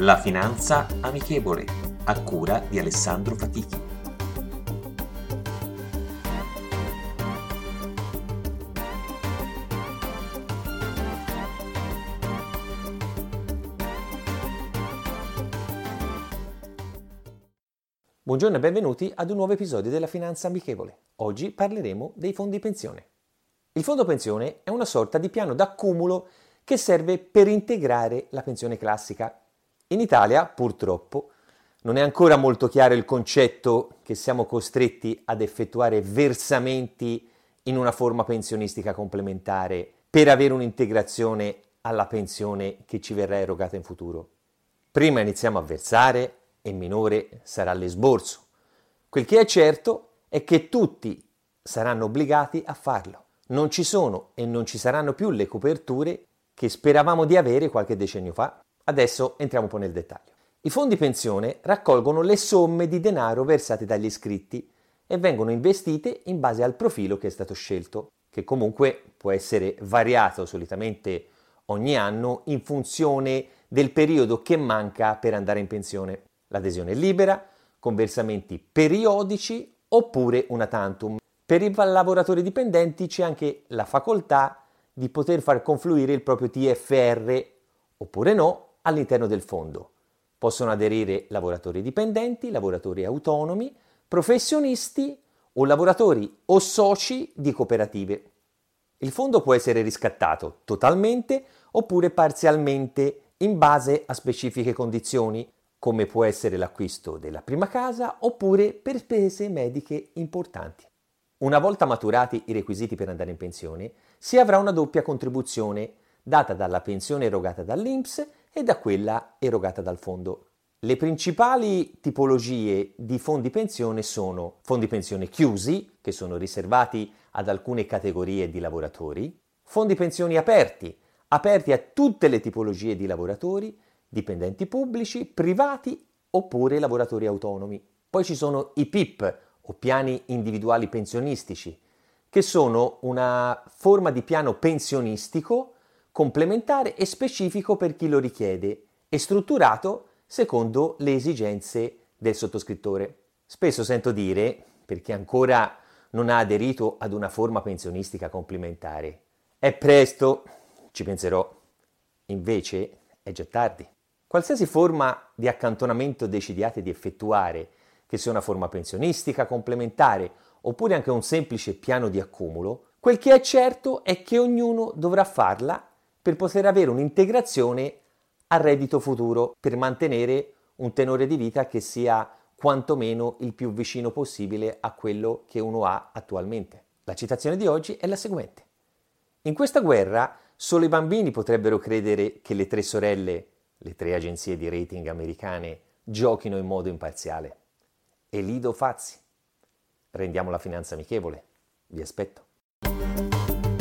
La finanza amichevole, a cura di Alessandro Fatichi. Buongiorno e benvenuti ad un nuovo episodio della Finanza Amichevole. Oggi parleremo dei fondi pensione. Il fondo pensione è una sorta di piano d'accumulo che serve per integrare la pensione classica. In Italia, purtroppo, non è ancora molto chiaro il concetto che siamo costretti ad effettuare versamenti in una forma pensionistica complementare per avere un'integrazione alla pensione che ci verrà erogata in futuro. Prima iniziamo a versare e minore sarà l'esborso. Quel che è certo è che tutti saranno obbligati a farlo. Non ci sono e non ci saranno più le coperture che speravamo di avere qualche decennio fa. Adesso entriamo un po' nel dettaglio. I fondi pensione raccolgono le somme di denaro versate dagli iscritti e vengono investite in base al profilo che è stato scelto, che comunque può essere variato solitamente ogni anno in funzione del periodo che manca per andare in pensione. L'adesione è libera, con versamenti periodici oppure una tantum. Per i lavoratori dipendenti c'è anche la facoltà di poter far confluire il proprio TFR oppure no all'interno del fondo. Possono aderire lavoratori dipendenti, lavoratori autonomi, professionisti o lavoratori o soci di cooperative. Il fondo può essere riscattato totalmente oppure parzialmente in base a specifiche condizioni, come può essere l'acquisto della prima casa oppure per spese mediche importanti. Una volta maturati i requisiti per andare in pensione, si avrà una doppia contribuzione data dalla pensione erogata dall'INPS e da quella erogata dal fondo. Le principali tipologie di fondi pensione sono fondi pensione chiusi, che sono riservati ad alcune categorie di lavoratori, fondi pensioni aperti a tutte le tipologie di lavoratori, dipendenti pubblici, privati oppure lavoratori autonomi. Poi ci sono i PIP o piani individuali pensionistici, che sono una forma di piano pensionistico complementare e specifico per chi lo richiede e strutturato secondo le esigenze del sottoscrittore. Spesso sento dire, per chi ancora non ha aderito ad una forma pensionistica complementare, è presto, ci penserò. Invece è già tardi. Qualsiasi forma di accantonamento decidiate di effettuare, che sia una forma pensionistica complementare oppure anche un semplice piano di accumulo, quel che è certo è che ognuno dovrà farla per poter avere un'integrazione al reddito futuro, per mantenere un tenore di vita che sia quantomeno il più vicino possibile a quello che uno ha attualmente. La citazione di oggi è la seguente. In questa guerra solo i bambini potrebbero credere che le tre sorelle, le tre agenzie di rating americane, giochino in modo imparziale. Elido Fazzi. Rendiamo la finanza amichevole. Vi aspetto.